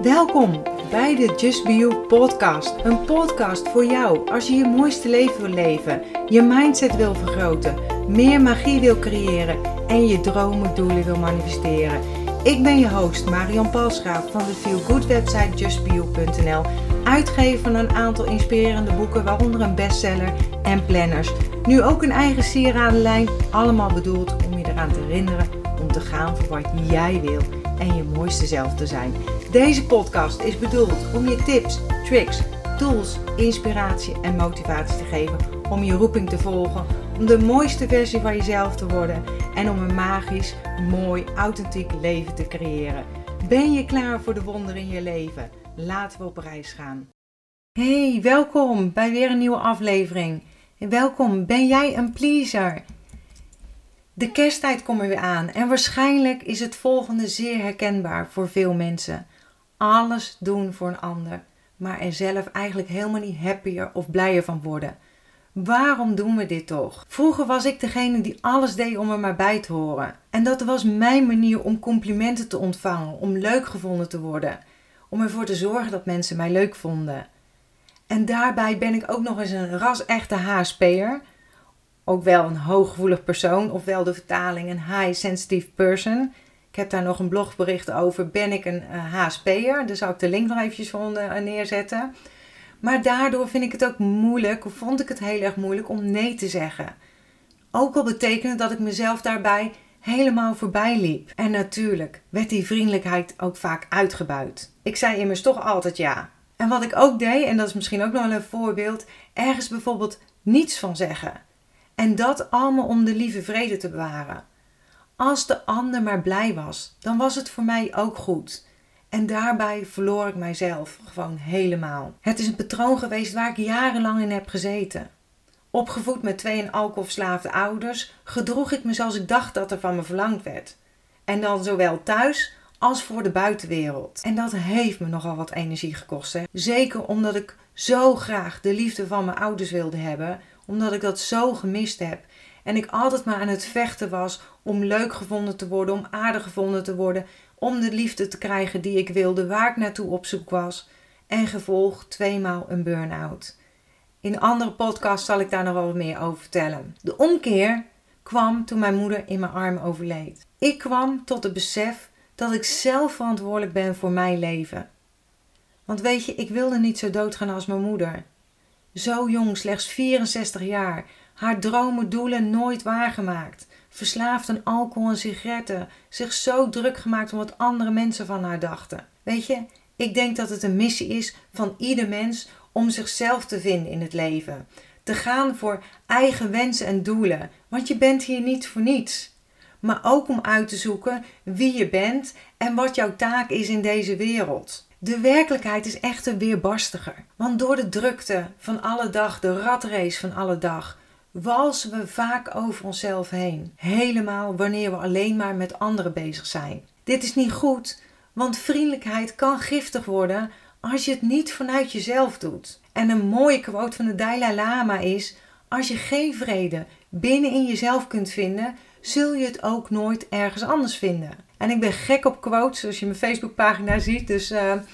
Welkom bij de Just Be You podcast. Een podcast voor jou als je je mooiste leven wil leven, je mindset wil vergroten, meer magie wil creëren en je dromen, doelen wil manifesteren. Ik ben je host Marion Palsgraaf van de Feel Good website justbeyou.nl, uitgever van een aantal inspirerende boeken, waaronder een bestseller en planners. Nu ook een eigen sieradenlijn, allemaal bedoeld om je eraan te herinneren om te gaan voor wat jij wil en je mooiste zelf te zijn. Deze podcast is bedoeld om je tips, tricks, tools, inspiratie en motivatie te geven om je roeping te volgen, om de mooiste versie van jezelf te worden en om een magisch, mooi, authentiek leven te creëren. Ben je klaar voor de wonderen in je leven? Laten we op reis gaan. Hey, welkom bij weer een nieuwe aflevering. Welkom, ben jij een pleaser? De kersttijd komt er weer aan en waarschijnlijk is het volgende zeer herkenbaar voor veel mensen. Alles doen voor een ander, maar er zelf eigenlijk helemaal niet happier of blijer van worden. Waarom doen we dit toch? Vroeger was ik degene die alles deed om er maar bij te horen. En dat was mijn manier om complimenten te ontvangen, om leuk gevonden te worden. Om ervoor te zorgen dat mensen mij leuk vonden. En daarbij ben ik ook nog eens een ras-echte HSP'er. Ook wel een hooggevoelig persoon, ofwel de vertaling een high sensitive person. Ik heb daar nog een blogbericht over. Ben ik een HSP'er? Daar zal ik de link nog eventjes onder neerzetten. Maar daardoor vind ik het ook moeilijk, of vond ik het heel erg moeilijk om nee te zeggen. Ook al betekende dat ik mezelf daarbij helemaal voorbij liep. En natuurlijk werd die vriendelijkheid ook vaak uitgebuit. Ik zei immers toch altijd ja. En wat ik ook deed, en dat is misschien ook nog wel een voorbeeld, ergens bijvoorbeeld niets van zeggen. En dat allemaal om de lieve vrede te bewaren. Als de ander maar blij was, dan was het voor mij ook goed. En daarbij verloor ik mijzelf gewoon helemaal. Het is een patroon geweest waar ik jarenlang in heb gezeten. Opgevoed met 2 alcoholverslaafde ouders, gedroeg ik me zoals ik dacht dat er van me verlangd werd. En dan zowel thuis als voor de buitenwereld. En dat heeft me nogal wat energie gekost. Hè? Zeker omdat ik zo graag de liefde van mijn ouders wilde hebben, omdat ik dat zo gemist heb. En ik altijd maar aan het vechten was om leuk gevonden te worden, om aardig gevonden te worden, om de liefde te krijgen die ik wilde, waar ik naartoe op zoek was. En gevolg 2 maal een burn-out. In een andere podcast zal ik daar nog wel wat meer over vertellen. De omkeer kwam toen mijn moeder in mijn armen overleed. Ik kwam tot het besef dat ik zelf verantwoordelijk ben voor mijn leven. Want weet je, ik wilde niet zo doodgaan als mijn moeder. Zo jong, slechts 64 jaar. Haar dromen, doelen nooit waargemaakt. Verslaafd aan alcohol en sigaretten. Zich zo druk gemaakt om wat andere mensen van haar dachten. Weet je, ik denk dat het een missie is van ieder mens om zichzelf te vinden in het leven. Te gaan voor eigen wensen en doelen. Want je bent hier niet voor niets. Maar ook om uit te zoeken wie je bent en wat jouw taak is in deze wereld. De werkelijkheid is echter weerbarstiger. Want door de drukte van alle dag, de ratrace van alle dag, walsen we vaak over onszelf heen. Helemaal wanneer we alleen maar met anderen bezig zijn. Dit is niet goed, want vriendelijkheid kan giftig worden als je het niet vanuit jezelf doet. En een mooie quote van de Dalai Lama is: als je geen vrede binnen in jezelf kunt vinden, zul je het ook nooit ergens anders vinden. En ik ben gek op quotes, zoals je mijn Facebookpagina ziet. Dus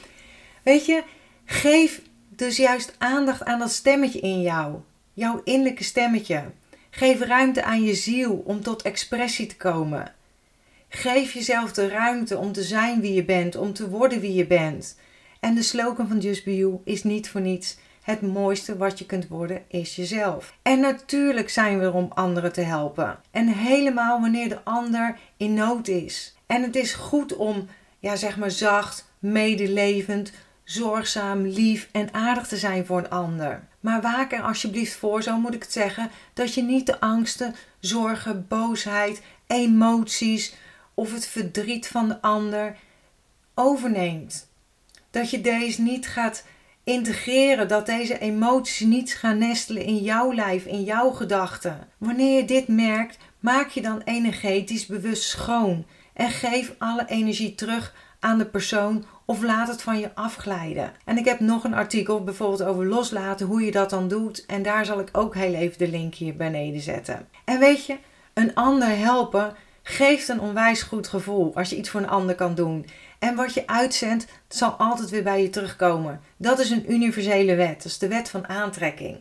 weet je, geef dus juist aandacht aan dat stemmetje in jou. Jouw innerlijke stemmetje. Geef ruimte aan je ziel om tot expressie te komen. Geef jezelf de ruimte om te zijn wie je bent, om te worden wie je bent. En de slogan van Just Be You is niet voor niets: het mooiste wat je kunt worden is jezelf. En natuurlijk zijn we er om anderen te helpen. En helemaal wanneer de ander in nood is. En het is goed om, zacht, medelevend, zorgzaam, lief en aardig te zijn voor een ander. Maar waak er alsjeblieft voor, zo moet ik het zeggen, dat je niet de angsten, zorgen, boosheid, emoties of het verdriet van de ander overneemt. Dat je deze niet gaat integreren, dat deze emoties niet gaan nestelen in jouw lijf, in jouw gedachten. Wanneer je dit merkt, maak je dan energetisch bewust schoon en geef alle energie terug aan de persoon of laat het van je afglijden. En ik heb nog een artikel bijvoorbeeld over loslaten, hoe je dat dan doet. En daar zal ik ook heel even de link hier beneden zetten. En weet je, een ander helpen geeft een onwijs goed gevoel als je iets voor een ander kan doen. En wat je uitzendt, zal altijd weer bij je terugkomen. Dat is een universele wet. Dat is de wet van aantrekking.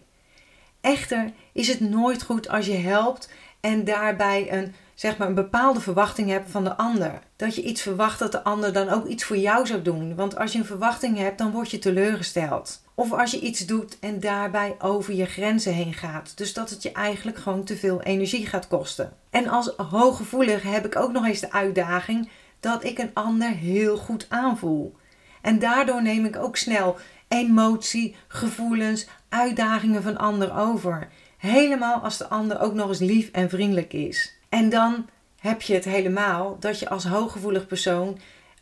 Echter is het nooit goed als je helpt en daarbij een bepaalde verwachting hebt van de ander. Dat je iets verwacht dat de ander dan ook iets voor jou zou doen. Want als je een verwachting hebt, dan word je teleurgesteld. Of als je iets doet en daarbij over je grenzen heen gaat. Dus dat het je eigenlijk gewoon te veel energie gaat kosten. En als hooggevoelig heb ik ook nog eens de uitdaging dat ik een ander heel goed aanvoel. En daardoor neem ik ook snel emotie, gevoelens, uitdagingen van ander over. Helemaal als de ander ook nog eens lief en vriendelijk is. En dan heb je het helemaal dat je als hooggevoelig persoon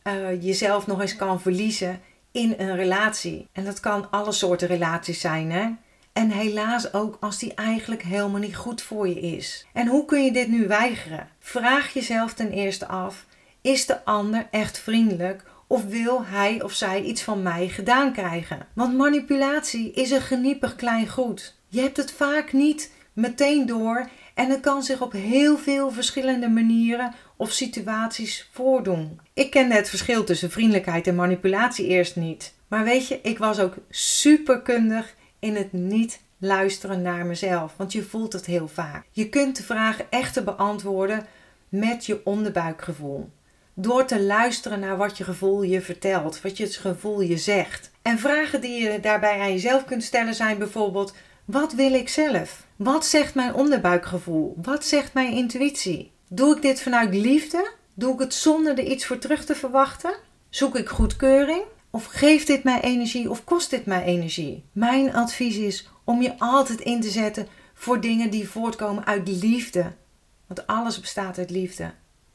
jezelf nog eens kan verliezen in een relatie. En dat kan alle soorten relaties zijn, hè? En helaas ook als die eigenlijk helemaal niet goed voor je is. En hoe kun je dit nu weigeren? Vraag jezelf ten eerste af, is de ander echt vriendelijk? Of wil hij of zij iets van mij gedaan krijgen? Want manipulatie is een geniepig klein goed. Je hebt het vaak niet meteen door en het kan zich op heel veel verschillende manieren of situaties voordoen. Ik kende het verschil tussen vriendelijkheid en manipulatie eerst niet. Maar weet je, ik was ook superkundig in het niet luisteren naar mezelf. Want je voelt het heel vaak. Je kunt de vragen echter beantwoorden met je onderbuikgevoel. Door te luisteren naar wat je gevoel je vertelt, wat je gevoel je zegt. En vragen die je daarbij aan jezelf kunt stellen zijn bijvoorbeeld: wat wil ik zelf? Wat zegt mijn onderbuikgevoel? Wat zegt mijn intuïtie? Doe ik dit vanuit liefde? Doe ik het zonder er iets voor terug te verwachten? Zoek ik goedkeuring? Of geeft dit mij energie of kost dit mij energie? Mijn advies is om je altijd in te zetten voor dingen die voortkomen uit liefde. Want alles bestaat uit liefde.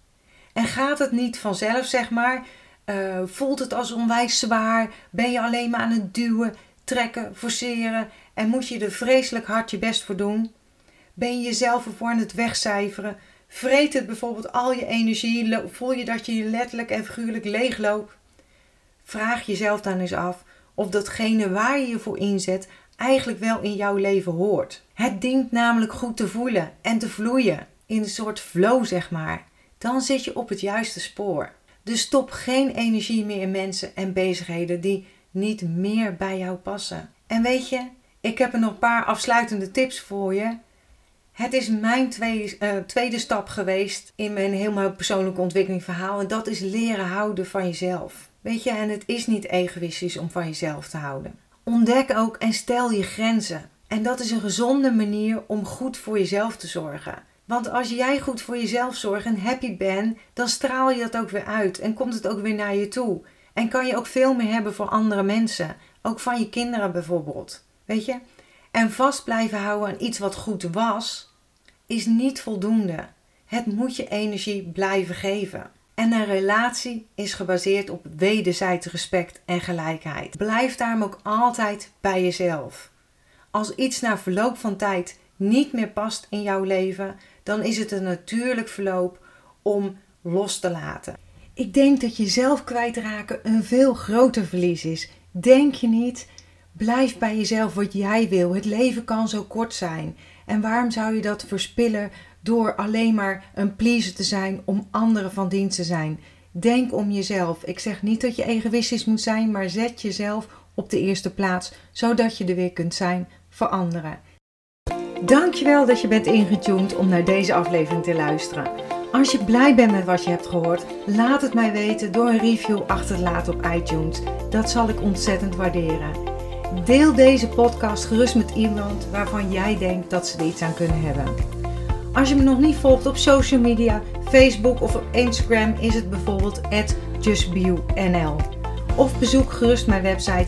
En gaat het niet vanzelf, zeg maar? Voelt het als onwijs zwaar? Ben je alleen maar aan het duwen, trekken, forceren? En moet je er vreselijk hard je best voor doen? Ben je jezelf ervoor aan het wegcijferen? Vreet het bijvoorbeeld al je energie? Voel je dat je letterlijk en figuurlijk leegloopt? Vraag jezelf dan eens af of datgene waar je je voor inzet eigenlijk wel in jouw leven hoort. Het dient namelijk goed te voelen en te vloeien. In een soort flow, zeg maar. Dan zit je op het juiste spoor. Dus stop geen energie meer in mensen en bezigheden die niet meer bij jou passen. En weet je, ik heb er nog een paar afsluitende tips voor je. Het is mijn tweede stap geweest in mijn helemaal persoonlijke ontwikkelingsverhaal. En dat is leren houden van jezelf. Weet je, en het is niet egoïstisch om van jezelf te houden. Ontdek ook en stel je grenzen. En dat is een gezonde manier om goed voor jezelf te zorgen. Want als jij goed voor jezelf zorgt en happy bent, dan straal je dat ook weer uit. En komt het ook weer naar je toe. En kan je ook veel meer hebben voor andere mensen. Ook van je kinderen bijvoorbeeld. Weet je? En vast blijven houden aan iets wat goed was, is niet voldoende. Het moet je energie blijven geven. En een relatie is gebaseerd op wederzijds respect en gelijkheid. Blijf daarom ook altijd bij jezelf. Als iets na verloop van tijd niet meer past in jouw leven, dan is het een natuurlijk verloop om los te laten. Ik denk dat jezelf kwijtraken een veel groter verlies is. Denk je niet? Blijf bij jezelf wat jij wil. Het leven kan zo kort zijn. En waarom zou je dat verspillen door alleen maar een pleaser te zijn om anderen van dienst te zijn? Denk om jezelf. Ik zeg niet dat je egoïstisch moet zijn, maar zet jezelf op de eerste plaats, zodat je er weer kunt zijn voor anderen. Dankjewel dat je bent ingetuned om naar deze aflevering te luisteren. Als je blij bent met wat je hebt gehoord, laat het mij weten door een review achter te laten op iTunes. Dat zal ik ontzettend waarderen. Deel deze podcast gerust met iemand waarvan jij denkt dat ze er iets aan kunnen hebben. Als je me nog niet volgt op social media, Facebook of op Instagram is het bijvoorbeeld @justbeyou.nl. Of bezoek gerust mijn website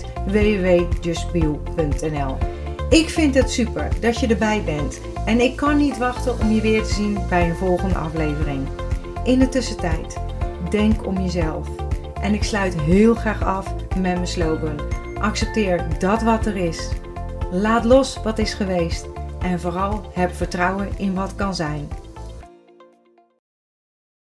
www.justbeyou.nl. Ik vind het super dat je erbij bent en ik kan niet wachten om je weer te zien bij een volgende aflevering. In de tussentijd, denk om jezelf. En ik sluit heel graag af met mijn slogan: accepteer dat wat er is. Laat los wat is geweest en vooral heb vertrouwen in wat kan zijn.